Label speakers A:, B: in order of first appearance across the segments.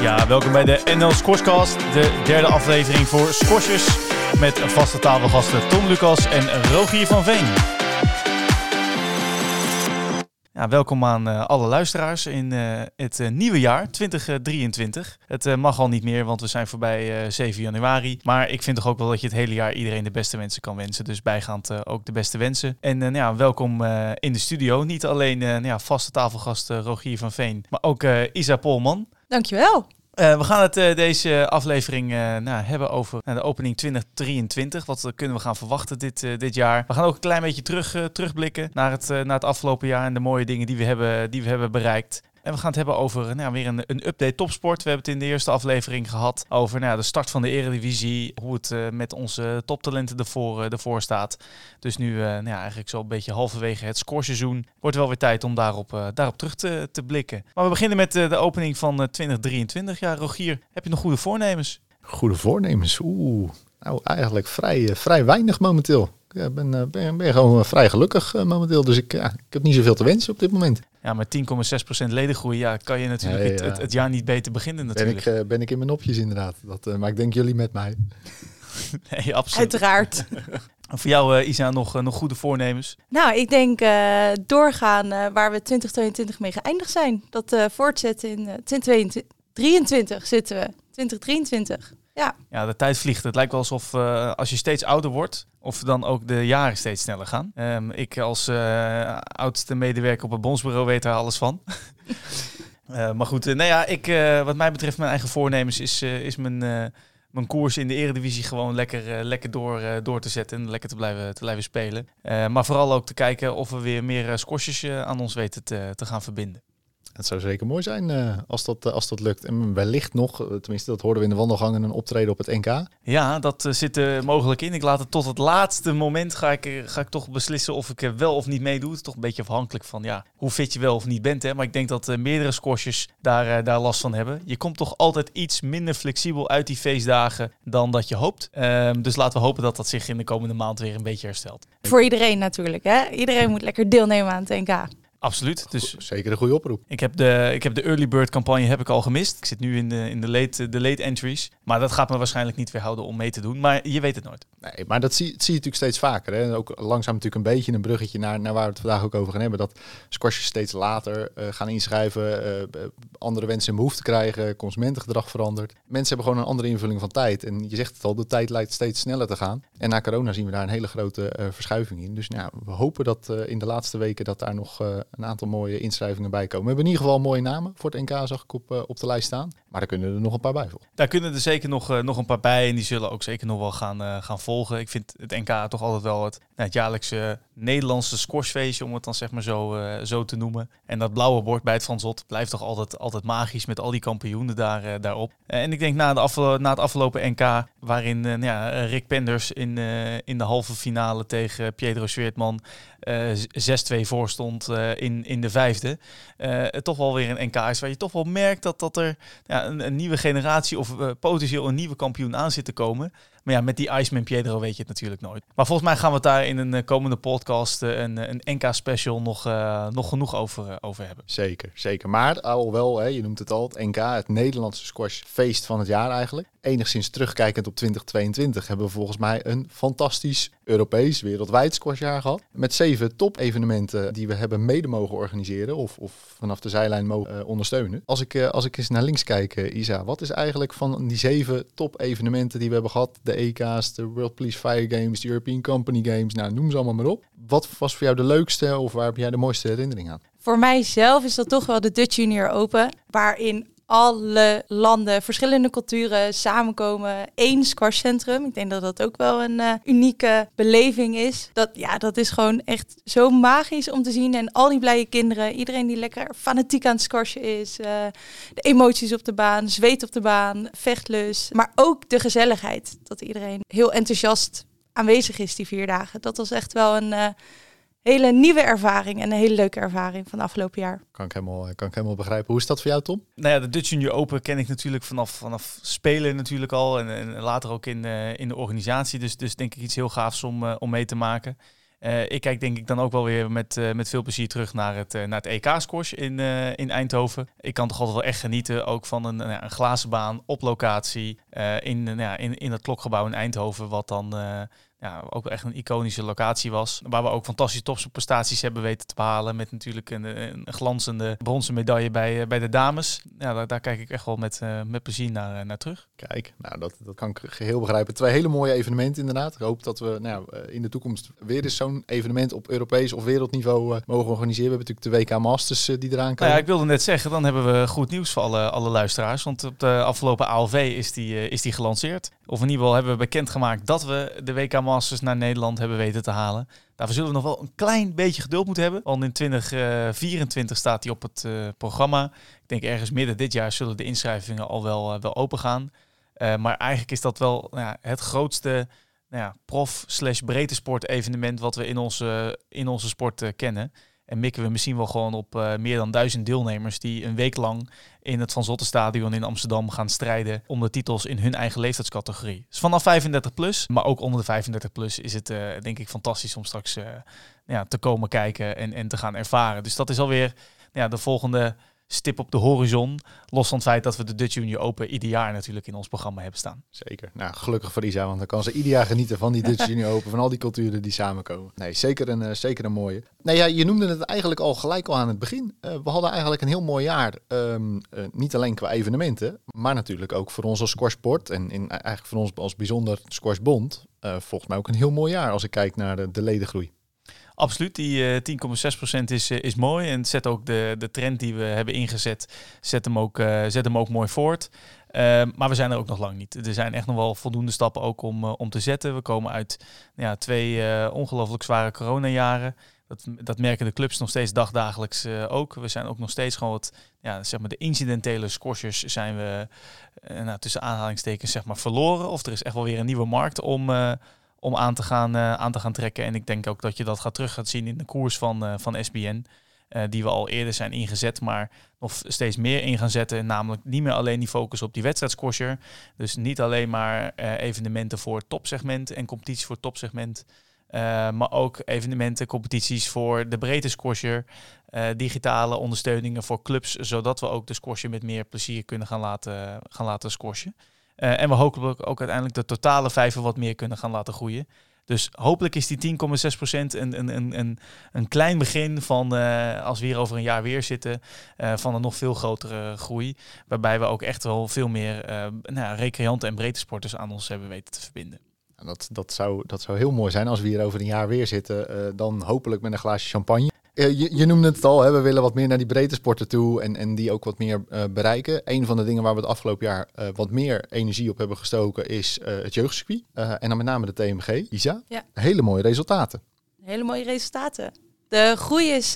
A: Ja, welkom bij de NL Squashcast, de derde aflevering voor squashers met vaste tafelgasten Tom Lucas en Rogier van Veen. Ja, welkom aan alle luisteraars in het nieuwe jaar 2023. Het mag al niet meer, want we zijn voorbij 7 januari. Maar ik vind toch ook wel dat je het hele jaar iedereen de beste wensen kan wensen. Dus bijgaand ook de beste wensen. En welkom in de studio. Niet alleen vaste tafelgast Rogier van Veen, maar ook Isa Polman.
B: Dankjewel.
A: We gaan het deze aflevering hebben over de opening 2023. Wat kunnen we gaan verwachten dit jaar? We gaan ook een klein beetje terugblikken naar het afgelopen jaar en de mooie dingen die we hebben bereikt. En we gaan het hebben over weer een update topsport. We hebben het in de eerste aflevering gehad over de start van de Eredivisie. Hoe het met onze toptalenten ervoor staat. Dus nu eigenlijk zo een beetje halverwege het scoreseizoen. Wordt wel weer tijd om daarop terug te blikken. Maar we beginnen met de opening van 2023. Ja, Rogier, heb je nog goede voornemens?
C: Goede voornemens? Nou eigenlijk vrij weinig momenteel. Ik ben gewoon vrij gelukkig momenteel. Dus ik heb niet zoveel te wensen op dit moment.
A: Ja, met 10,6% ledengroei kan je natuurlijk het jaar niet beter beginnen natuurlijk.
C: Ben ik in mijn nopjes inderdaad. Maar ik denk jullie met mij.
A: Nee, absoluut.
B: Uiteraard.
A: Voor jou, Isa, nog goede voornemens?
B: Nou, ik denk doorgaan waar we 2022 mee geëindigd zijn. Dat voortzetten in 2023 zitten we. 2023.
A: Ja, de tijd vliegt. Het lijkt wel alsof als je steeds ouder wordt, of dan ook de jaren steeds sneller gaan. Ik als oudste medewerker op het bondsbureau weet daar alles van. Maar goed, wat mij betreft mijn eigen voornemens is mijn koers in de Eredivisie gewoon lekker door te zetten en lekker te blijven spelen. Maar vooral ook te kijken of we weer meer squashers aan ons weten te gaan verbinden.
C: Het zou zeker mooi zijn als dat lukt. En wellicht nog, tenminste dat hoorden we in de wandelgangen, een optreden op het NK.
A: Ja, dat zit er mogelijk in. Ik laat het tot het laatste moment ga ik toch beslissen of ik wel of niet meedoe. Het is toch een beetje afhankelijk van hoe fit je wel of niet bent. Hè? Maar ik denk dat meerdere squashers daar last van hebben. Je komt toch altijd iets minder flexibel uit die feestdagen dan dat je hoopt. Dus laten we hopen dat dat zich in de komende maand weer een beetje herstelt.
B: Voor iedereen natuurlijk, hè? Iedereen moet lekker deelnemen aan het NK.
A: Absoluut. Dus
C: zeker een goede oproep.
A: Ik heb de early bird campagne al gemist. Ik zit nu in de late entries. Maar dat gaat me waarschijnlijk niet weerhouden om mee te doen. Maar je weet het nooit.
C: Nee, maar dat zie je natuurlijk steeds vaker. Hè? Ook langzaam natuurlijk een beetje een bruggetje naar waar we het vandaag ook over gaan hebben. Dat squashers steeds later gaan inschrijven. Andere wensen en behoeften krijgen. Consumentengedrag verandert. Mensen hebben gewoon een andere invulling van tijd. En je zegt het al, de tijd lijkt steeds sneller te gaan. En na corona zien we daar een hele grote verschuiving in. Dus we hopen dat in de laatste weken dat daar nog een aantal mooie inschrijvingen bij komen. We hebben in ieder geval mooie namen voor het NK, zag ik op de lijst staan. Maar daar kunnen er nog een paar bij volgen.
A: Daar kunnen er zeker nog een paar bij en die zullen ook zeker nog wel gaan volgen. Ik vind het NK toch altijd wel het jaarlijkse Nederlandse squashfeestje, om het dan zeg maar zo te noemen. En dat blauwe bord bij het Van Zot blijft toch altijd magisch met al die kampioenen daarop. En ik denk na het afgelopen NK, waarin Rick Penders in de halve finale tegen Pedro Sweertman 6-2 voor stond in de vijfde. Het toch wel weer een NK is waar je toch wel merkt dat er een nieuwe generatie of potentieel een nieuwe kampioen aan zit te komen. Maar ja, met die Iceman Pedro weet je het natuurlijk nooit. Maar volgens mij gaan we het daar in een komende podcast, een NK-special, nog genoeg over hebben.
C: Zeker. Maar al wel, je noemt het al, het NK, het Nederlandse squashfeest van het jaar eigenlijk. Enigszins terugkijkend op 2022 hebben we volgens mij een fantastisch Europees, wereldwijd squashjaar gehad. Met 7 top-evenementen die we hebben mede mogen organiseren of vanaf de zijlijn mogen ondersteunen. Als ik eens naar links kijk, Isa, wat is eigenlijk van die 7 top-evenementen die we hebben gehad, de EK's, de World Police Fire Games, de European Company Games, noem ze allemaal maar op. Wat was voor jou de leukste of waar heb jij de mooiste herinnering aan?
B: Voor mijzelf is dat toch wel de Dutch Junior Open, waarin alle landen, verschillende culturen samenkomen. 1 squashcentrum. Ik denk dat dat ook wel een unieke beleving is. Dat is gewoon echt zo magisch om te zien. En al die blije kinderen, iedereen die lekker fanatiek aan het squashen is. De emoties op de baan, zweet op de baan, vechtlust. Maar ook de gezelligheid. Dat iedereen heel enthousiast aanwezig is die 4 dagen. Dat was echt wel een hele nieuwe ervaring en een hele leuke ervaring van afgelopen jaar.
C: Kan ik helemaal begrijpen. Hoe is dat voor jou, Tom?
A: Nou ja, de Dutch Junior Open ken ik natuurlijk vanaf spelen natuurlijk al en later ook in de organisatie. Dus denk ik iets heel gaafs om mee te maken. Ik kijk denk ik dan ook wel weer met veel plezier terug naar het EK-squash in Eindhoven. Ik kan toch altijd wel echt genieten ook van een glazen baan op locatie in het klokgebouw in Eindhoven, wat dan ook echt een iconische locatie was. Waar we ook fantastische topprestaties hebben weten te behalen. Met natuurlijk een glanzende bronzen medaille bij de dames. Ja, daar kijk ik echt wel met plezier naar terug.
C: Kijk, nou dat kan ik geheel begrijpen. 2 hele mooie evenementen inderdaad. Ik hoop dat we in de toekomst weer eens zo'n evenement op Europees of wereldniveau mogen organiseren. We hebben natuurlijk de WK Masters die eraan komen.
A: Nou ja, ik wilde net zeggen, dan hebben we goed nieuws voor alle luisteraars. Want op de afgelopen ALV is die gelanceerd. Of in ieder geval hebben we bekendgemaakt dat we de WK Masters naar Nederland hebben weten te halen. Daarvoor zullen we nog wel een klein beetje geduld moeten hebben. Want in 2024 staat die op het programma. Ik denk ergens midden dit jaar zullen de inschrijvingen al wel open gaan. Maar eigenlijk is dat wel het grootste prof/breedte sport evenement wat we in onze sport kennen. En mikken we misschien wel gewoon op meer dan 1000 deelnemers die een week lang in het Van Zottenstadion in Amsterdam gaan strijden om de titels in hun eigen leeftijdscategorie. Dus vanaf 35 plus, maar ook onder de 35 plus is het denk ik fantastisch om straks te komen kijken en te gaan ervaren. Dus dat is alweer de volgende stip op de horizon. Los van het feit dat we de Dutch Junior Open ieder jaar natuurlijk in ons programma hebben staan.
C: Zeker. Nou, gelukkig voor Isa, want dan kan ze ieder jaar genieten van die Dutch Junior Open, van al die culturen die samenkomen. Nee, zeker een mooie. Nou ja, je noemde het eigenlijk gelijk al aan het begin. We hadden eigenlijk een heel mooi jaar. Niet alleen qua evenementen, maar natuurlijk ook voor ons als squashsport en eigenlijk voor ons als bijzonder squashbond. Volgens mij ook een heel mooi jaar als ik kijk naar de ledengroei.
A: Absoluut, die 10,6% is mooi en zet ook de trend die we hebben ingezet, zet hem ook mooi voort. Maar we zijn er ook nog lang niet. Er zijn echt nog wel voldoende stappen ook om te zetten. We komen uit 2 ongelooflijk zware coronajaren. Dat merken de clubs nog steeds dagdagelijks ook. We zijn ook nog steeds gewoon de incidentele squashers zijn we tussen aanhalingstekens verloren. Of er is echt wel weer een nieuwe markt om aan te gaan trekken. En ik denk ook dat je dat terug gaat zien in de koers van SBN. Die we al eerder zijn ingezet, maar nog steeds meer in gaan zetten. Namelijk niet meer alleen die focus op die wedstrijdsquasher. Dus niet alleen maar evenementen voor het topsegment en competities voor het topsegment. Maar ook evenementen, competities voor de breedte squasher. Digitale ondersteuningen voor clubs, zodat we ook de squasher met meer plezier kunnen gaan laten squashen. En we hopelijk ook uiteindelijk de totale vijver wat meer kunnen gaan laten groeien. Dus hopelijk is die 10,6% een klein begin van, als we hier over een jaar weer zitten, van een nog veel grotere groei. Waarbij we ook echt wel veel meer recreanten en breedte sporters aan ons hebben weten te verbinden.
C: Dat zou heel mooi zijn als we hier over een jaar weer zitten. Dan hopelijk met een glaasje champagne. Je noemde het al, hè? We willen wat meer naar die breedte sporten toe en die ook wat meer bereiken. Een van de dingen waar we het afgelopen jaar wat meer energie op hebben gestoken is het jeugdcircuit. En dan met name de TMG. Isa,
B: Ja.
C: Hele mooie resultaten.
B: Hele mooie resultaten. De groei is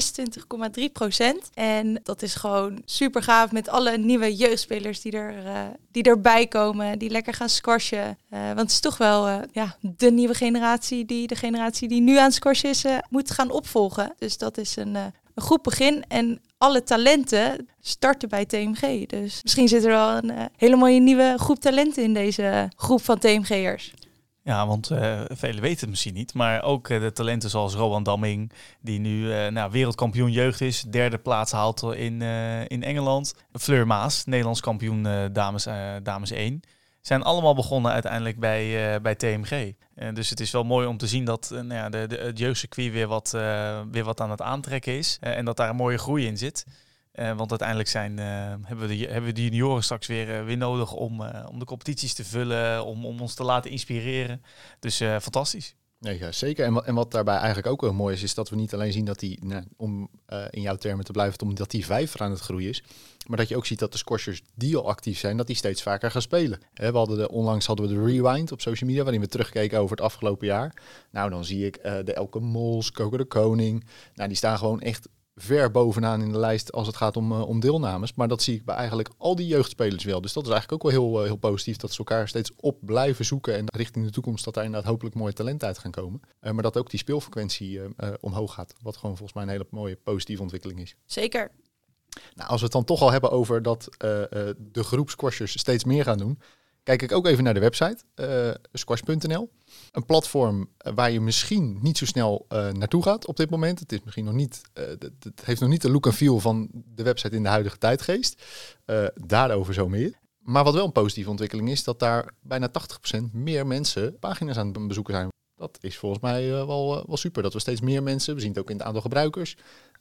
B: 26,3%. En dat is gewoon super gaaf met alle nieuwe jeugdspelers die erbij komen. Die lekker gaan squashen. Want het is toch wel de nieuwe generatie. De generatie die nu aan het squashen is, moet gaan opvolgen. Dus dat is een goed begin. En alle talenten starten bij TMG. Dus misschien zit er wel een hele mooie nieuwe groep talenten in deze groep van TMG'ers.
A: Ja, want velen weten het misschien niet, maar ook de talenten zoals Rowan Damming, die nu wereldkampioen jeugd is, 3e plaats haalt in Engeland. Fleur Maas, Nederlands kampioen dames 1. Zijn allemaal begonnen uiteindelijk bij TMG. Dus het is wel mooi om te zien dat het jeugdcircuit weer wat aan het aantrekken is. En dat daar een mooie groei in zit. Want uiteindelijk hebben we de junioren straks weer nodig om de competities te vullen, om ons te laten inspireren. Dus fantastisch.
C: Ja, zeker. En wat daarbij eigenlijk ook heel mooi is dat we niet alleen zien dat die, om in jouw termen te blijven, omdat die vijver aan het groeien is, maar dat je ook ziet dat de squashers die al actief zijn, dat die steeds vaker gaan spelen. Onlangs hadden we de Rewind op social media, waarin we terugkeken over het afgelopen jaar. Nou, dan zie ik de Elke Mols, Coco de Koning. Nou, die staan gewoon echt ver bovenaan in de lijst als het gaat om deelnames. Maar dat zie ik bij eigenlijk al die jeugdspelers wel. Dus dat is eigenlijk ook wel heel positief dat ze elkaar steeds op blijven zoeken. En richting de toekomst dat daar inderdaad hopelijk mooie talenten uit gaan komen. Maar dat ook die speelfrequentie omhoog gaat. Wat gewoon volgens mij een hele mooie positieve ontwikkeling is.
B: Zeker.
C: Nou, als we het dan toch al hebben over dat de groep squashers steeds meer gaan doen. Kijk ik ook even naar de website, squash.nl. Een platform waar je misschien niet zo snel naartoe gaat op dit moment. Het is misschien nog niet, het heeft nog niet de look en feel van de website in de huidige tijdgeest. Daarover zo meer. Maar wat wel een positieve ontwikkeling is, dat daar bijna 80% meer mensen pagina's aan het bezoeken zijn. Dat is volgens mij wel super. Dat we steeds meer mensen, we zien het ook in het aantal gebruikers,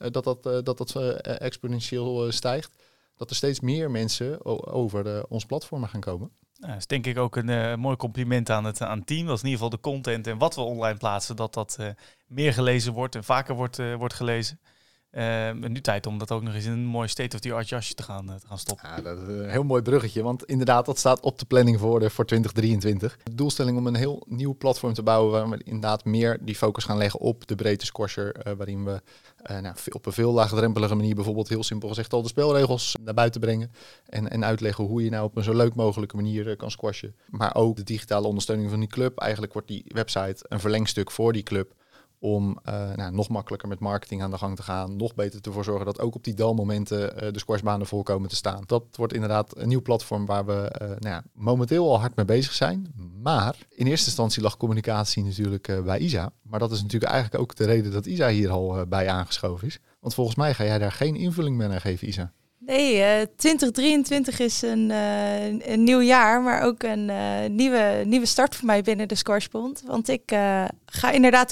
C: dat exponentieel stijgt. Dat er steeds meer mensen over ons platform gaan komen.
A: Nou, dat is denk ik ook een mooi compliment aan het team. Dat in ieder geval de content en wat we online plaatsen, dat meer gelezen wordt en vaker wordt gelezen. En nu tijd om dat ook nog eens in een mooi state-of-the-art jasje te gaan stoppen.
C: Ja, dat is een heel mooi bruggetje, want inderdaad, dat staat op de planning voor 2023. De doelstelling om een heel nieuw platform te bouwen, waar we inderdaad meer die focus gaan leggen op de breedte squasher, waarin we op een veel laagdrempelige manier bijvoorbeeld heel simpel gezegd al de spelregels naar buiten brengen en uitleggen hoe je nou op een zo leuk mogelijke manier kan squashen. Maar ook de digitale ondersteuning van die club. Eigenlijk wordt die website een verlengstuk voor die club om nog makkelijker met marketing aan de gang te gaan. Nog beter ervoor zorgen dat ook op die dalmomenten de squashbanen vol komen te staan. Dat wordt inderdaad een nieuw platform waar we momenteel al hard mee bezig zijn. Maar in eerste instantie lag communicatie natuurlijk bij Isa. Maar dat is natuurlijk eigenlijk ook de reden dat Isa hier al bij aangeschoven is. Want volgens mij ga jij daar geen invulling meer aan geven, Isa.
B: Nee, 2023 is een nieuw jaar, maar ook een nieuwe start voor mij binnen de Squashbond. Want ik ga inderdaad de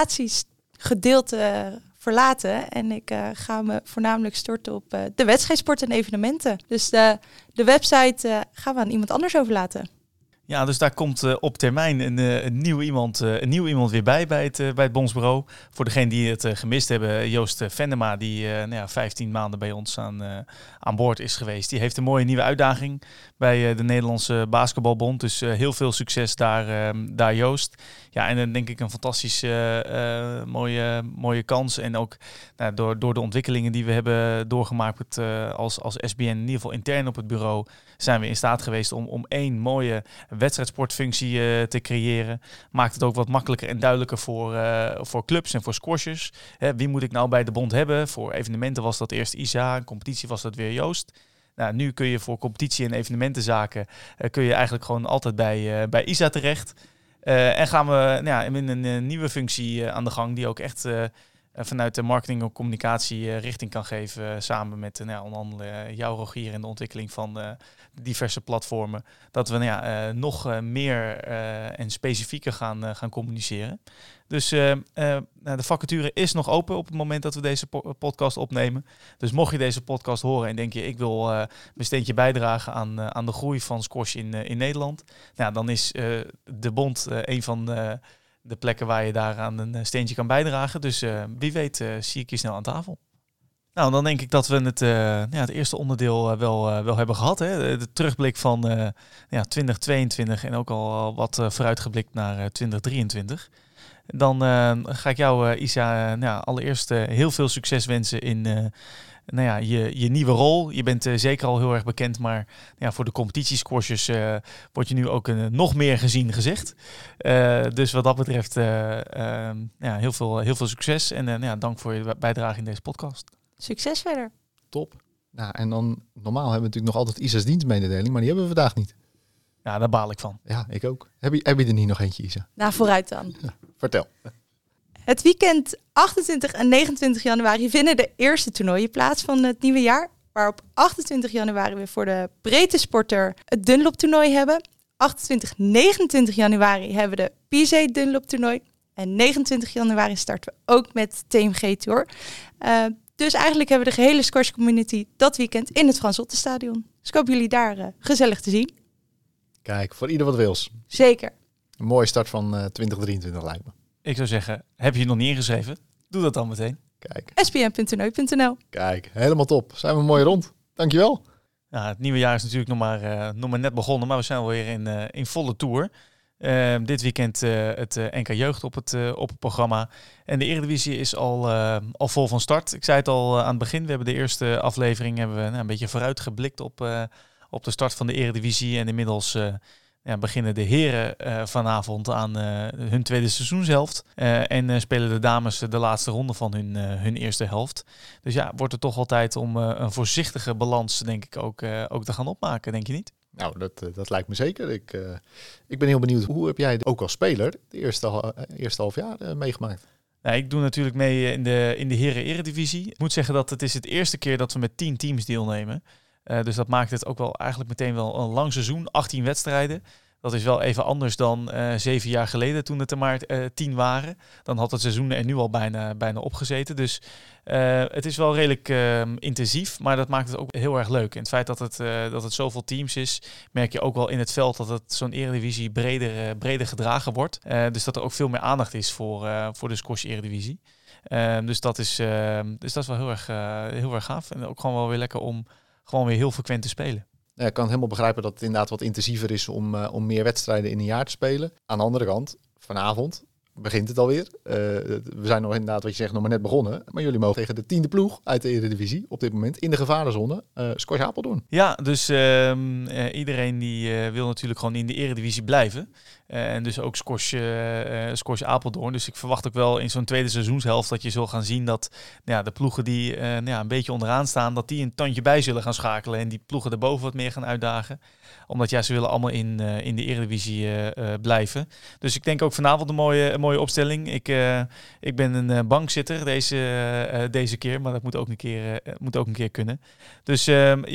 B: communicatiegedeelte verlaten en ik ga me voornamelijk storten op de wedstrijdsport en evenementen. Dus de website gaan we aan iemand anders overlaten.
A: Ja, dus daar komt op termijn een nieuw iemand weer bij het bondsbureau. Voor degenen die het gemist hebben, Joost Venema, die 15 maanden bij ons aan boord is geweest. Die heeft een mooie nieuwe uitdaging bij de Nederlandse Basketbalbond. Dus heel veel succes daar Joost. Ja, en dan denk ik een fantastisch mooie kans. En ook door de ontwikkelingen die we hebben doorgemaakt als SBN, in ieder geval intern op het bureau, zijn we in staat geweest om één mooie wedstrijdsportfunctie te creëren. Maakt het ook wat makkelijker en duidelijker voor clubs en voor squashers. Wie moet ik nou bij de bond hebben? Voor evenementen was dat eerst Isa, in competitie was dat weer Joost. Nou, nu kun je voor competitie en evenementenzaken kun je eigenlijk gewoon altijd bij Isa terecht. En gaan we in een nieuwe functie aan de gang die ook echt vanuit de marketing en communicatie richting kan geven. Samen met onder andere jou, Rogier, en de ontwikkeling van diverse platformen. Dat we nog meer en specifieker gaan communiceren. Dus de vacature is nog open op het moment dat we deze podcast opnemen. Dus mocht je deze podcast horen en denk je, ik wil mijn steentje bijdragen aan de groei van squash in Nederland. Nou, dan is de bond een van de plekken waar je daaraan een steentje kan bijdragen. Dus wie weet zie ik je snel aan tafel. Nou, dan denk ik dat we het eerste onderdeel wel hebben gehad. Hè? De terugblik van 2022 en ook al wat vooruitgeblikt naar 2023. Dan ga ik jou, Isa, allereerst heel veel succes wensen in je nieuwe rol. Je bent zeker al heel erg bekend, maar voor de competitiesquashers word je nu ook nog meer gezegd. Dus wat dat betreft heel veel succes en dank voor je bijdrage in deze podcast.
B: Succes verder.
C: Top. Nou, en dan normaal hebben we natuurlijk nog altijd Isa's dienstmededeling, maar die hebben we vandaag niet.
A: Ja, daar baal ik van.
C: Ja, ik ook. Heb je er niet nog eentje, Isa?
B: Nou, vooruit dan.
C: Ja, vertel.
B: Het weekend 28 en 29 januari vinden de eerste toernooien plaats van het nieuwe jaar. Waar op 28 januari we voor de breedte sporter het Dunlop toernooi hebben. 28, 29 januari hebben we de PJ Dunlop toernooi. En 29 januari starten we ook met TMG Tour. Dus eigenlijk hebben we de gehele squash community dat weekend in het Frans Ottenstadion. Dus ik hoop jullie daar gezellig te zien.
C: Kijk, voor ieder wat wils.
B: Zeker.
C: Een mooie start van 2023 lijkt me.
A: Ik zou zeggen, heb je je nog niet ingeschreven? Doe dat dan meteen.
C: Kijk.
B: spn.toernooi.nl.
C: Kijk, helemaal top. Zijn we mooi rond. Dankjewel.
A: Nou, het nieuwe jaar is natuurlijk nog maar net begonnen, maar we zijn alweer in volle tour. Dit weekend het NK Jeugd op het programma. En de Eredivisie is al vol van start. Ik zei het al aan het begin. We hebben de eerste aflevering een beetje vooruitgeblikt op de start van de Eredivisie. En inmiddels beginnen de heren vanavond aan hun tweede seizoenshelft. En spelen de dames de laatste ronde van hun eerste helft. Dus ja, wordt het toch wel tijd om een voorzichtige balans, denk ik, ook te gaan opmaken, denk je niet?
C: Nou, dat lijkt me zeker. Ik ben heel benieuwd, hoe heb jij ook als speler de eerste half jaar meegemaakt?
A: Nou, ik doe natuurlijk mee in de Heren Eredivisie. Ik moet zeggen dat het is het eerste keer dat we met 10 teams deelnemen. Dus dat maakt het ook wel eigenlijk meteen wel een lang seizoen, 18 wedstrijden. Dat is wel even anders dan 7 jaar geleden toen het er maar 10 waren. Dan had het seizoen er nu al bijna opgezeten. Dus het is wel redelijk intensief, maar dat maakt het ook heel erg leuk. En het feit dat het zoveel teams is, merk je ook wel in het veld dat het zo'n Eredivisie breder gedragen wordt. Dus dat er ook veel meer aandacht is voor de squash Eredivisie. Dus dat is wel heel erg gaaf. En ook gewoon wel weer lekker om gewoon weer heel frequent te spelen.
C: Ja, ik kan helemaal begrijpen dat het inderdaad wat intensiever is om meer wedstrijden in een jaar te spelen. Aan de andere kant, vanavond begint het alweer. We zijn nog inderdaad, wat je zegt, nog maar net begonnen. Maar jullie mogen tegen de 10e ploeg uit de Eredivisie op dit moment in de gevarenzone Squash Apeldoorn.
A: Ja, dus iedereen die wil natuurlijk gewoon in de Eredivisie blijven. En dus ook Squash Apeldoorn. Dus ik verwacht ook wel in zo'n tweede seizoenshelft dat je zult gaan zien dat de ploegen die een beetje onderaan staan, dat die een tandje bij zullen gaan schakelen. En die ploegen erboven wat meer gaan uitdagen. Omdat ze willen allemaal in de Eredivisie blijven. Dus ik denk ook vanavond een mooie opstelling. Ik ben een bankzitter deze keer, maar dat moet ook een keer kunnen. Dus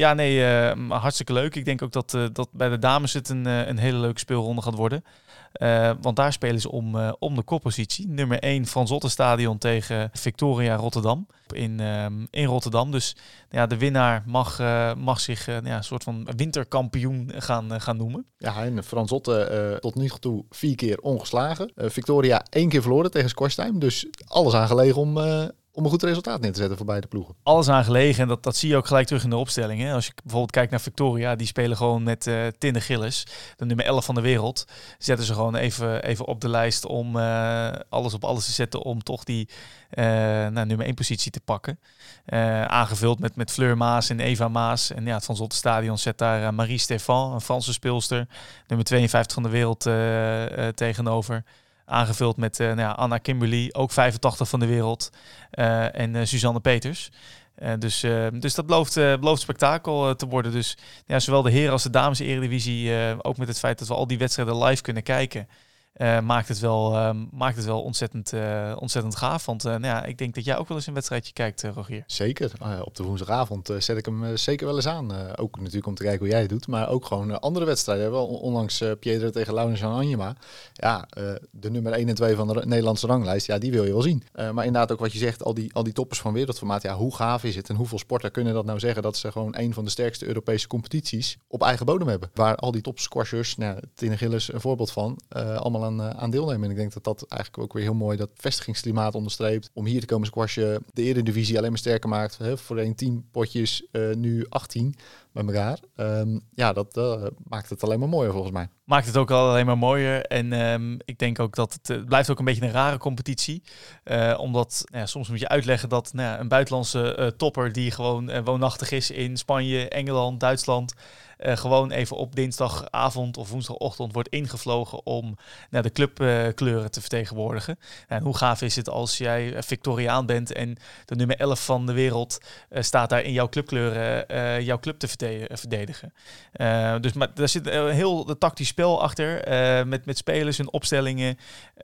A: hartstikke leuk. Ik denk ook dat bij de dames het een hele leuke speelronde gaat worden. Want daar spelen ze om de koppositie. Nummer 1 Frans Ottenstadion tegen Victoria Rotterdam in Rotterdam. Dus de winnaar mag zich een soort van winterkampioen gaan noemen.
C: Ja, en Frans Otte tot nu toe 4 keer ongeslagen. Victoria 1 keer verloren tegen Squash Time. Dus alles aangelegen om een goed resultaat neer te zetten voor beide ploegen.
A: Alles aangelegen en dat zie je ook gelijk terug in de opstelling. Hè? Als je bijvoorbeeld kijkt naar Victoria, die spelen gewoon met Tinne Gillis, de nummer 11 van de wereld. Zetten ze gewoon even op de lijst om alles op alles te zetten om toch die nummer 1 positie te pakken. Aangevuld met Fleur Maas en Eva Maas. En het Van Zottenstadion zet daar Marie Stefan, een Franse speelster, nummer 52 van de wereld tegenover. Aangevuld met Anna Kimberly, ook 85 van de wereld. En Suzanne Peters. Dus dat belooft spektakel te worden. Dus zowel de heren als de dames Eredivisie, ook met het feit dat we al die wedstrijden live kunnen kijken, maakt het wel ontzettend gaaf. Want ik denk dat jij ook wel eens een wedstrijdje kijkt, Rogier.
C: Zeker. Op de woensdagavond zet ik hem zeker wel eens aan. Ook natuurlijk om te kijken hoe jij het doet. Maar ook gewoon andere wedstrijden. Wel onlangs Piedra tegen Laurens en Anjema. Ja, de nummer 1 en 2 van de Nederlandse ranglijst. Ja, die wil je wel zien. Maar inderdaad ook wat je zegt. Al die toppers van wereldformaat. Ja, hoe gaaf is het? En hoeveel sporten kunnen dat nou zeggen? Dat ze gewoon een van de sterkste Europese competities op eigen bodem hebben. Waar al die topsquashers, Tinne Gillis een voorbeeld van, allemaal aan deelnemen. En ik denk dat dat eigenlijk ook weer heel mooi dat vestigingsklimaat onderstreept. Om hier te komen squashen, de Eredivisie alleen maar sterker maakt. Voorheen 10 potjes, nu 18 bij elkaar. Dat maakt het alleen maar mooier volgens mij.
A: Maakt het ook alleen maar mooier. En ik denk ook dat het blijft ook een beetje een rare competitie. Omdat soms moet je uitleggen dat een buitenlandse topper die gewoon woonachtig is in Spanje, Engeland, Duitsland, gewoon even op dinsdagavond of woensdagochtend wordt ingevlogen om de clubkleuren te vertegenwoordigen. En hoe gaaf is het als jij Victoriaan bent en de nummer 11 van de wereld staat daar in jouw clubkleuren jouw club te verdedigen. Maar daar zit heel de tactisch spel achter met spelers en opstellingen.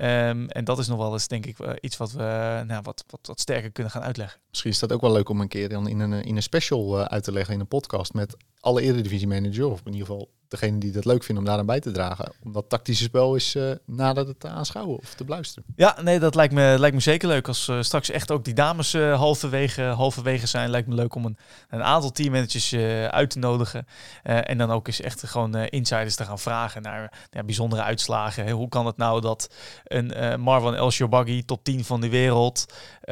A: En dat is nog wel eens, denk ik, iets wat we wat sterker kunnen gaan uitleggen.
C: Misschien is dat ook wel leuk om een keer dan in een special uit te leggen in een podcast met alle Eredivisie manager, of in ieder geval degene die dat leuk vinden om daaraan bij te dragen. Om dat tactische spel eens nader te aanschouwen of te beluisteren.
A: Ja, nee, dat lijkt me zeker leuk. Als straks echt ook die dames halverwege zijn, lijkt me leuk om een aantal teammanagers uit te nodigen. En dan ook eens echt gewoon insiders te gaan vragen naar bijzondere uitslagen. Hoe kan het nou dat een Marwan El Shorbagy, top 10 van de wereld,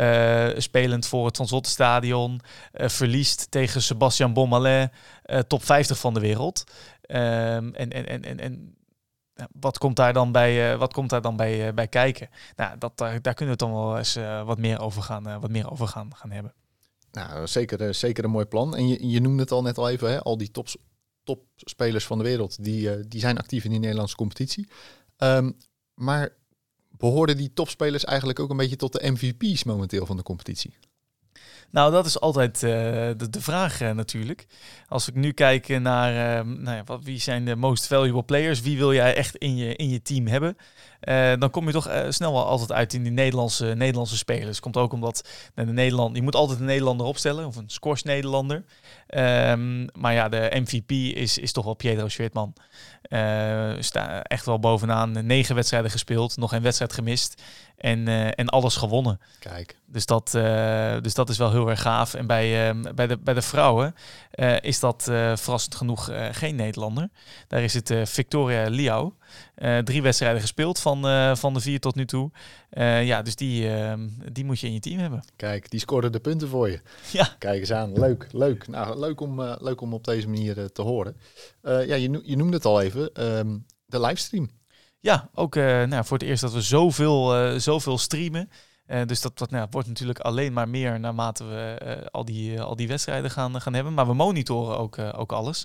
A: spelend voor het Van Zottenstadion, verliest tegen Sebastian Bonmalin, top 50 van de wereld. Wat komt daar dan bij kijken? Nou, daar kunnen we het dan wel eens wat meer over gaan hebben.
C: Nou, zeker een mooi plan. En je noemde het al net al even, hè? Al die topspelers van de wereld, die zijn actief in die Nederlandse competitie. Maar behoorden die topspelers eigenlijk ook een beetje tot de MVP's momenteel van de competitie?
A: Nou, dat is altijd de vraag natuurlijk. Als ik nu kijk naar wie zijn de most valuable players, wie wil jij echt in je team hebben? Dan kom je toch snel wel altijd uit in die Nederlandse spelers. Komt ook omdat je moet altijd een Nederlander opstellen, of een squash Nederlander. Maar ja, de MVP is toch wel Pietro Schwedman. Sta echt wel bovenaan. 9 wedstrijden gespeeld, nog een wedstrijd gemist. En alles gewonnen.
C: Kijk.
A: Dus dat is wel heel erg gaaf. En bij de vrouwen is dat verrassend genoeg geen Nederlander. Daar is het Victoria Liao. 3 wedstrijden gespeeld van de 4 tot nu toe. Dus die moet je in je team hebben.
C: Kijk, die scoorde de punten voor je.
A: Ja.
C: Kijk eens aan. Leuk. Nou, leuk om op deze manier te horen. Je noemde het al even. De livestream.
A: Ja, ook voor het eerst dat we zoveel streamen. Dus dat wordt natuurlijk alleen maar meer naarmate we al die wedstrijden gaan hebben. Maar we monitoren ook alles.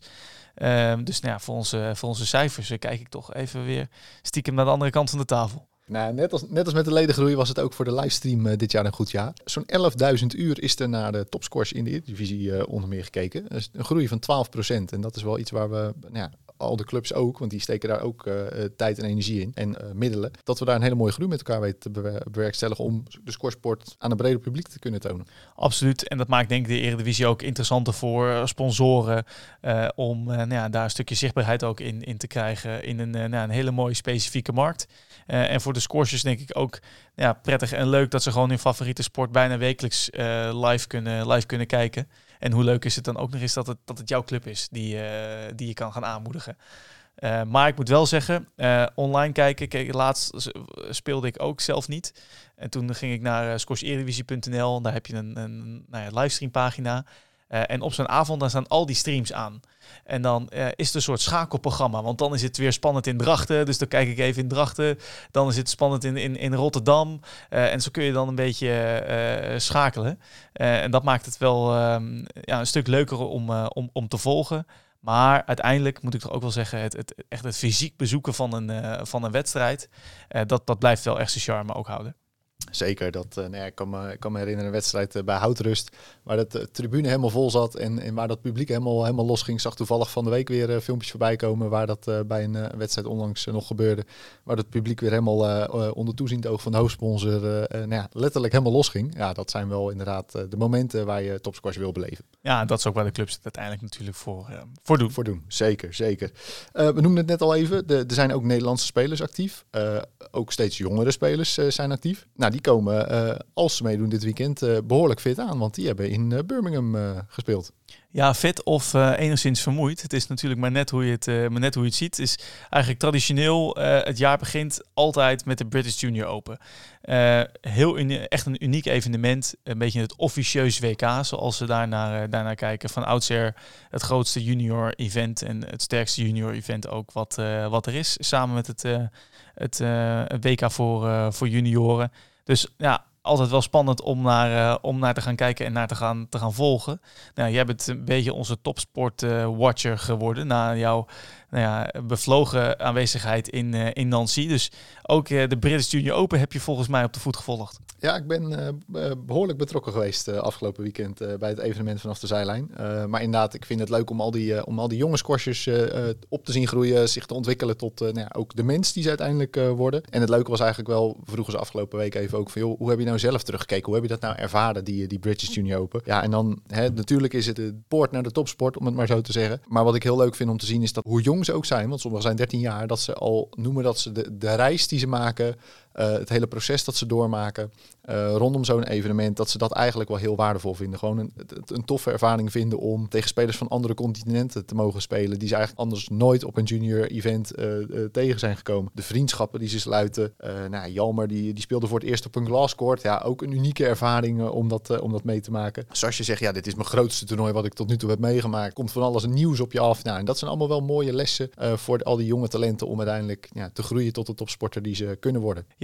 A: Voor onze cijfers kijk ik toch even weer stiekem naar de andere kant van de tafel.
C: Nou, net als met de ledengroei was het ook voor de livestream dit jaar een goed jaar. Zo'n 11.000 uur is er naar de topscores in de Eredivisie onder meer gekeken. Dat is een groei van 12%. En dat is wel iets waar we... al de clubs ook, want die steken daar ook tijd en energie in en middelen, dat we daar een hele mooie groei met elkaar weten te bewerkstelligen om de scoresport aan een breder publiek te kunnen tonen.
A: Absoluut. En dat maakt denk ik de Eredivisie ook interessanter voor sponsoren om daar een stukje zichtbaarheid ook in te krijgen in een hele mooie specifieke markt. En voor de scorers denk ik ook prettig en leuk dat ze gewoon hun favoriete sport bijna wekelijks live kunnen kijken. En hoe leuk is het dan ook nog eens dat het jouw club is die je kan gaan aanmoedigen. Maar ik moet wel zeggen, online kijken, laatst speelde ik ook zelf niet. En toen ging ik naar squasheredivisie.nl. Daar heb je een livestreampagina. En op zo'n avond dan staan al die streams aan. En dan is het een soort schakelprogramma. Want dan is het weer spannend in Drachten. Dus dan kijk ik even in Drachten. Dan is het spannend in Rotterdam. En zo kun je dan een beetje schakelen. En dat maakt het wel een stuk leuker om te volgen. Maar uiteindelijk moet ik toch ook wel zeggen, het fysiek bezoeken van een wedstrijd, dat blijft wel echt zijn charme ook houden.
C: Zeker, ik kan me herinneren een wedstrijd bij Houtrust, waar de tribune helemaal vol zat en waar dat publiek helemaal los ging. Zag toevallig van de week weer filmpjes voorbij komen waar dat bij een wedstrijd onlangs nog gebeurde. Waar het publiek weer helemaal onder toeziend oog van de hoofdsponsor letterlijk helemaal los ging. Ja, dat zijn wel inderdaad de momenten waar je topsquash wil beleven.
A: Ja, dat is ook waar de clubs het uiteindelijk natuurlijk voor doen.
C: Voor doen, zeker. We noemden het net al even, er zijn ook Nederlandse spelers actief. Ook steeds jongere spelers zijn actief. Nou, die komen, als ze meedoen dit weekend, behoorlijk fit aan. Want die hebben in Birmingham gespeeld.
A: Ja, fit of enigszins vermoeid. Het is natuurlijk maar net hoe je het ziet. Het is eigenlijk traditioneel, het jaar begint altijd met de British Junior Open. Echt een uniek evenement. Een beetje het officieus WK, zoals ze daarnaar kijken. Van oudsher het grootste junior event en het sterkste junior event ook wat er is. Samen met het WK voor junioren. Dus ja, altijd wel spannend om naar te gaan kijken en naar te gaan volgen. Nou, jij bent een beetje onze topsport-watcher geworden na jouw bevlogen aanwezigheid in Nancy. Dus ook de British Junior Open heb je volgens mij op de voet gevolgd.
C: Ja, ik ben behoorlijk betrokken geweest afgelopen weekend bij het evenement vanaf de zijlijn. Maar inderdaad, ik vind het leuk om al die jonge squashers op te zien groeien, zich te ontwikkelen tot ook de mens die ze uiteindelijk worden. En het leuke was eigenlijk wel, vroegen ze afgelopen week even ook van, joh, hoe heb je nou zelf teruggekeken? Hoe heb je dat nou ervaren, die British Junior Open? Ja, en dan natuurlijk is het de poort naar de topsport, om het maar zo te zeggen. Maar wat ik heel leuk vind om te zien is dat hoe jong ze ook zijn, want sommigen zijn 13 jaar, dat ze al noemen dat ze de reis die ze maken, het hele proces dat ze doormaken rondom zo'n evenement, dat ze dat eigenlijk wel heel waardevol vinden. Gewoon een toffe ervaring vinden om tegen spelers van andere continenten te mogen spelen, die ze eigenlijk anders nooit op een junior event tegen zijn gekomen. De vriendschappen die ze sluiten. Jalmer die speelde voor het eerst op een glasscourt. Ja, ook een unieke ervaring om dat mee te maken. Zoals je zegt, ja, dit is mijn grootste toernooi wat ik tot nu toe heb meegemaakt. Komt van alles nieuws op je af. Nou, en dat zijn allemaal wel mooie lessen voor al die jonge talenten om uiteindelijk te groeien tot de topsporter die ze kunnen worden.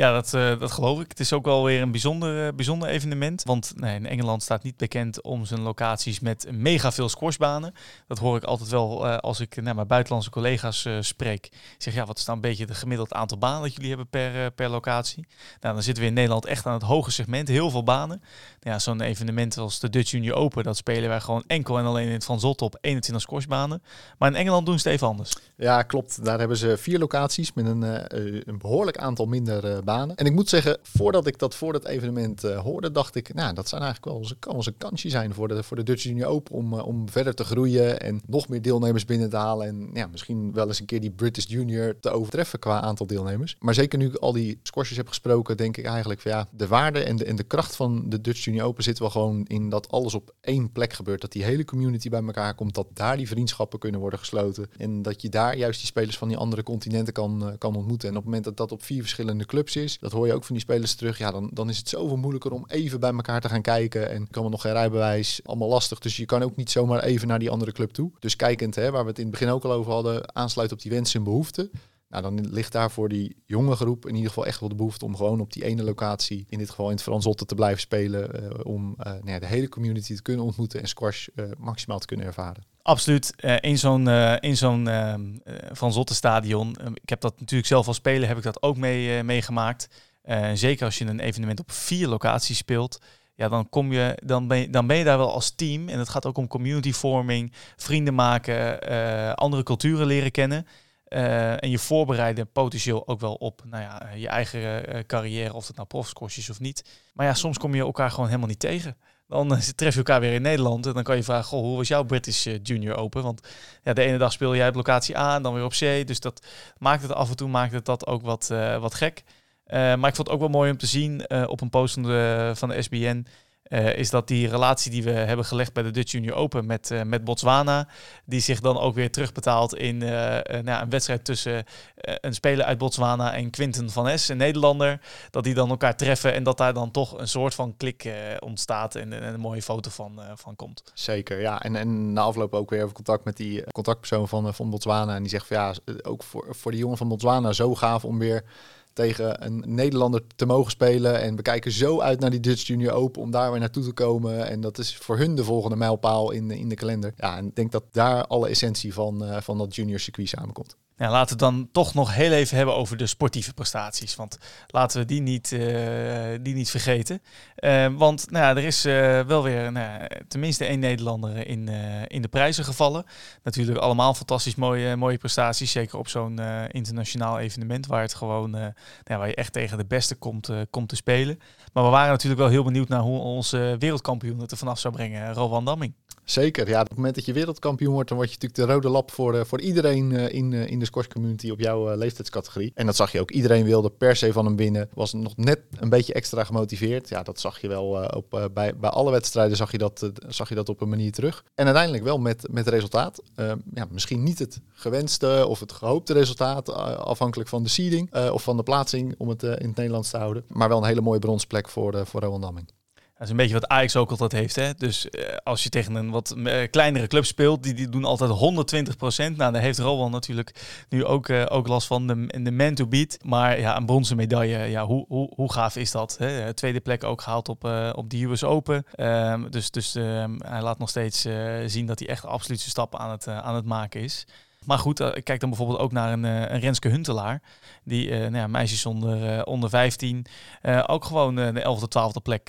A: Ja, dat geloof ik. Het is ook wel weer een bijzonder evenement. Want in Engeland staat niet bekend om zijn locaties met mega veel squashbanen. Dat hoor ik altijd wel als ik mijn buitenlandse collega's spreek. Ik zeg, ja, wat is nou een beetje het gemiddeld aantal banen dat jullie hebben per locatie? Nou, dan zitten we in Nederland echt aan het hoge segment. Heel veel banen. Ja, zo'n evenement als de Dutch Junior Open, dat spelen wij gewoon enkel en alleen in het Van Zolt op 21 squashbanen. Maar in Engeland doen ze het even anders.
C: Ja, klopt. Daar hebben ze 4 locaties met een behoorlijk aantal minder banen. En ik moet zeggen, voordat ik dat voor dat evenement hoorde, dacht ik, nou, dat zijn eigenlijk wel eens een kansje zijn voor de Dutch Junior Open om verder te groeien en nog meer deelnemers binnen te halen. En ja, misschien wel eens een keer die British Junior te overtreffen qua aantal deelnemers. Maar zeker nu ik al die squashers heb gesproken, denk ik eigenlijk van ja, de waarde en de kracht van de Dutch Junior Open zit wel gewoon in dat alles op één plek gebeurt. Dat die hele community bij elkaar komt, dat daar die vriendschappen kunnen worden gesloten. En dat je daar juist die spelers van die andere continenten kan ontmoeten. En op het moment dat dat op 4 verschillende clubs is, dat hoor je ook van die spelers terug, ja, dan is het zoveel moeilijker om even bij elkaar te gaan kijken. En kan er nog geen rijbewijs, allemaal lastig. Dus je kan ook niet zomaar even naar die andere club toe. Dus kijkend, waar we het in het begin ook al over hadden, aansluit op die wensen en behoeften. Nou, dan ligt daar voor die jonge groep in ieder geval echt wel de behoefte om gewoon op die ene locatie, in dit geval in het Van Zolte, te blijven spelen. Om de hele community te kunnen ontmoeten en squash maximaal te kunnen ervaren.
A: Absoluut. In zo'n Van Zotte stadion. Ik heb dat natuurlijk zelf als speler, heb ik dat ook meegemaakt. Zeker als je een evenement op 4 locaties speelt. Ja, dan ben je daar wel als team. En het gaat ook om communityvorming, vrienden maken, andere culturen leren kennen. En je voorbereiden potentieel ook wel op je eigen carrière, of het nou profsquash is of niet. Maar ja, soms kom je elkaar gewoon helemaal niet tegen. Dan tref je elkaar weer in Nederland en dan kan je vragen, goh, hoe was jouw British Junior Open? Want ja, de ene dag speel jij op locatie A en dan weer op C. Dus dat maakt het af en toe dat ook wat gek. Maar ik vond het ook wel mooi om te zien op een post van de SBN... is dat die relatie die we hebben gelegd bij de Dutch Junior Open met Botswana, die zich dan ook weer terugbetaalt in een wedstrijd tussen een speler uit Botswana en Quinten van Es, een Nederlander, dat die dan elkaar treffen en dat daar dan toch een soort van klik ontstaat en een mooie foto van komt.
C: Zeker, ja. En na afloop ook weer even contact met die contactpersoon van Botswana en die zegt van ja, ook voor die jongen van Botswana zo gaaf om weer tegen een Nederlander te mogen spelen. En we kijken zo uit naar die Dutch Junior Open om daar weer naartoe te komen. En dat is voor hun de volgende mijlpaal in de kalender. Ja, en ik denk dat daar alle essentie van dat junior circuit samenkomt.
A: Ja, laten we het dan toch nog heel even hebben over de sportieve prestaties. Want laten we die niet vergeten. Want er is wel weer tenminste 1 Nederlander in de prijzen gevallen. Natuurlijk allemaal fantastisch mooie prestaties. Zeker op zo'n internationaal evenement waar het gewoon waar je echt tegen de beste komt te spelen. Maar we waren natuurlijk wel heel benieuwd naar hoe onze wereldkampioen het er vanaf zou brengen, Rowan Damming.
C: Zeker, ja. Op het moment dat je wereldkampioen wordt, dan word je natuurlijk de rode lap voor iedereen in de squash community op jouw leeftijdscategorie. En dat zag je ook. Iedereen wilde per se van hem winnen. Was nog net een beetje extra gemotiveerd. Ja, dat zag je wel bij alle wedstrijden zag je dat op een manier terug. En uiteindelijk wel met resultaat. Misschien niet het gewenste of het gehoopte resultaat, afhankelijk van de seeding of van de plaatsing, om het in het Nederlands te houden. Maar wel een hele mooie bronsplek voor Rowan Damming.
A: Dat is een beetje wat Ajax ook altijd heeft. Hè? Dus als je tegen een wat kleinere club speelt, die doen altijd 120%. Nou, daar heeft Rowan natuurlijk nu ook last van. De man to beat. Maar ja, een bronzen medaille, ja, hoe gaaf is dat? Hè? Tweede plek ook gehaald op de US Open. Dus hij laat nog steeds zien dat hij echt absoluut zijn stappen aan het maken is. Maar goed, ik kijk dan bijvoorbeeld ook naar een Renske Huntelaar. Die meisjes onder 15 ook gewoon de 11e, 12e plek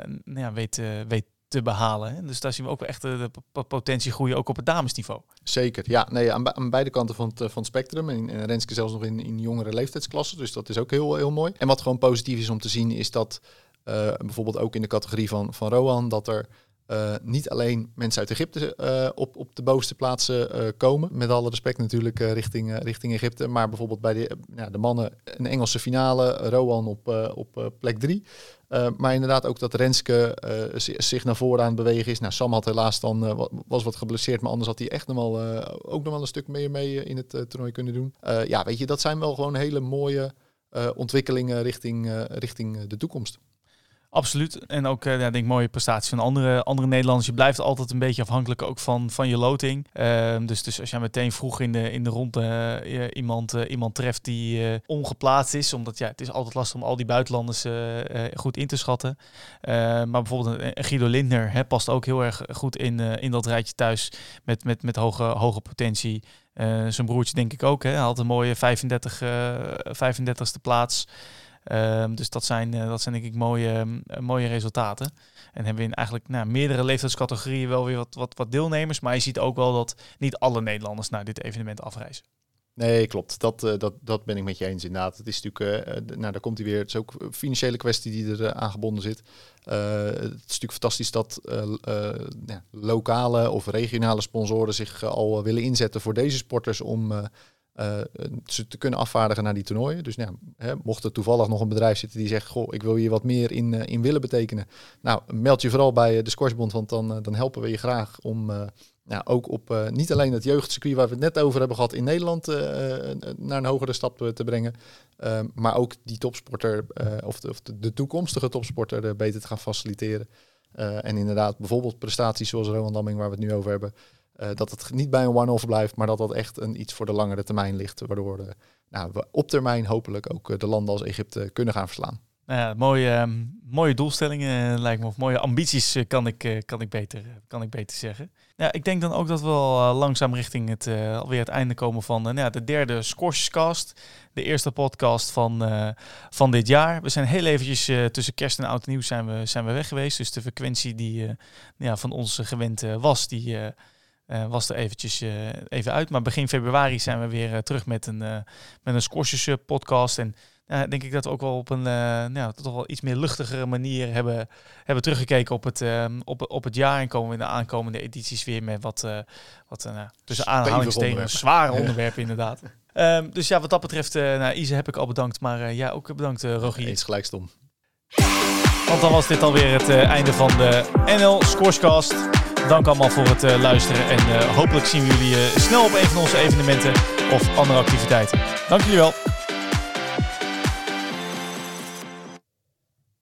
A: weet te behalen. Hè? Dus daar zien we ook wel echt de potentie groeien, ook op het damesniveau.
C: Zeker, ja. Nee, aan beide kanten van het spectrum. En Renske zelfs nog in jongere leeftijdsklassen. Dus dat is ook heel, heel mooi. En wat gewoon positief is om te zien, is dat bijvoorbeeld ook in de categorie van Rowan, dat er niet alleen mensen uit Egypte op de bovenste plaatsen komen. Met alle respect natuurlijk richting Egypte. Maar bijvoorbeeld bij de mannen een Engelse finale. Rowan op plek 3. Maar inderdaad ook dat Renske zich naar voren aan het bewegen is. Nou, Sam had helaas dan was wat geblesseerd. Maar anders had hij echt ook nog wel een stuk meer mee in het toernooi kunnen doen. Weet je, dat zijn wel gewoon hele mooie ontwikkelingen richting de toekomst.
A: Absoluut. En ook denk ik mooie prestaties van andere Nederlanders. Je blijft altijd een beetje afhankelijk ook van je loting. Dus als jij meteen vroeg in de ronde iemand treft die ongeplaatst is. Omdat het is altijd lastig om al die buitenlanders goed in te schatten. Maar bijvoorbeeld een Guido Lindner past ook heel erg goed in dat rijtje thuis met hoge potentie. Zijn broertje denk ik ook. Hij had een mooie 35e plaats. Dus dat zijn denk ik mooie resultaten. En hebben we in eigenlijk meerdere leeftijdscategorieën wel weer wat deelnemers. Maar je ziet ook wel dat niet alle Nederlanders naar dit evenement afreizen.
C: Nee, klopt. Dat ben ik met je eens inderdaad. Het is natuurlijk, daar komt hij weer. Het is ook een financiële kwestie die er aan gebonden zit. Het is natuurlijk fantastisch dat lokale of regionale sponsoren zich al willen inzetten voor deze sporters om ze te kunnen afvaardigen naar die toernooien. Dus mocht er toevallig nog een bedrijf zitten die zegt, goh, ik wil hier wat meer in willen betekenen. Nou, meld je vooral bij de Squashbond, want dan helpen we je graag om ook op niet alleen het jeugdcircuit waar we het net over hebben gehad in Nederland naar een hogere stap te brengen. Maar ook die topsporter of de toekomstige topsporter beter te gaan faciliteren. En inderdaad bijvoorbeeld prestaties zoals Rowan Damming waar we het nu over hebben. Dat het niet bij een one-off blijft, maar dat echt iets voor de langere termijn ligt. Waardoor we op termijn hopelijk ook de landen als Egypte kunnen gaan verslaan.
A: Mooie doelstellingen lijkt me, of mooie ambities kan ik beter zeggen. Ja, ik denk dan ook dat we al langzaam richting alweer het einde komen van de derde Squashcast. De eerste podcast van dit jaar. We zijn heel eventjes tussen kerst en oud en nieuw zijn we weg geweest. Dus de frequentie die van ons gewend was, die was er eventjes even uit. Maar begin februari zijn we weer terug met een Squashers podcast. En denk ik dat we ook wel op een toch wel iets meer luchtigere manier hebben teruggekeken op het jaar. En komen we in de aankomende edities weer met wat tussen aanhalingstekens zware onderwerpen inderdaad. Dus wat dat betreft, Ise heb ik al bedankt. Maar jij ook bedankt, Rogier.
C: Eens gelijk stom.
A: Want dan was dit alweer het einde van de NL Squashcast. Dank allemaal voor het luisteren. En hopelijk zien we jullie snel op een van onze evenementen of andere activiteiten. Dank jullie wel.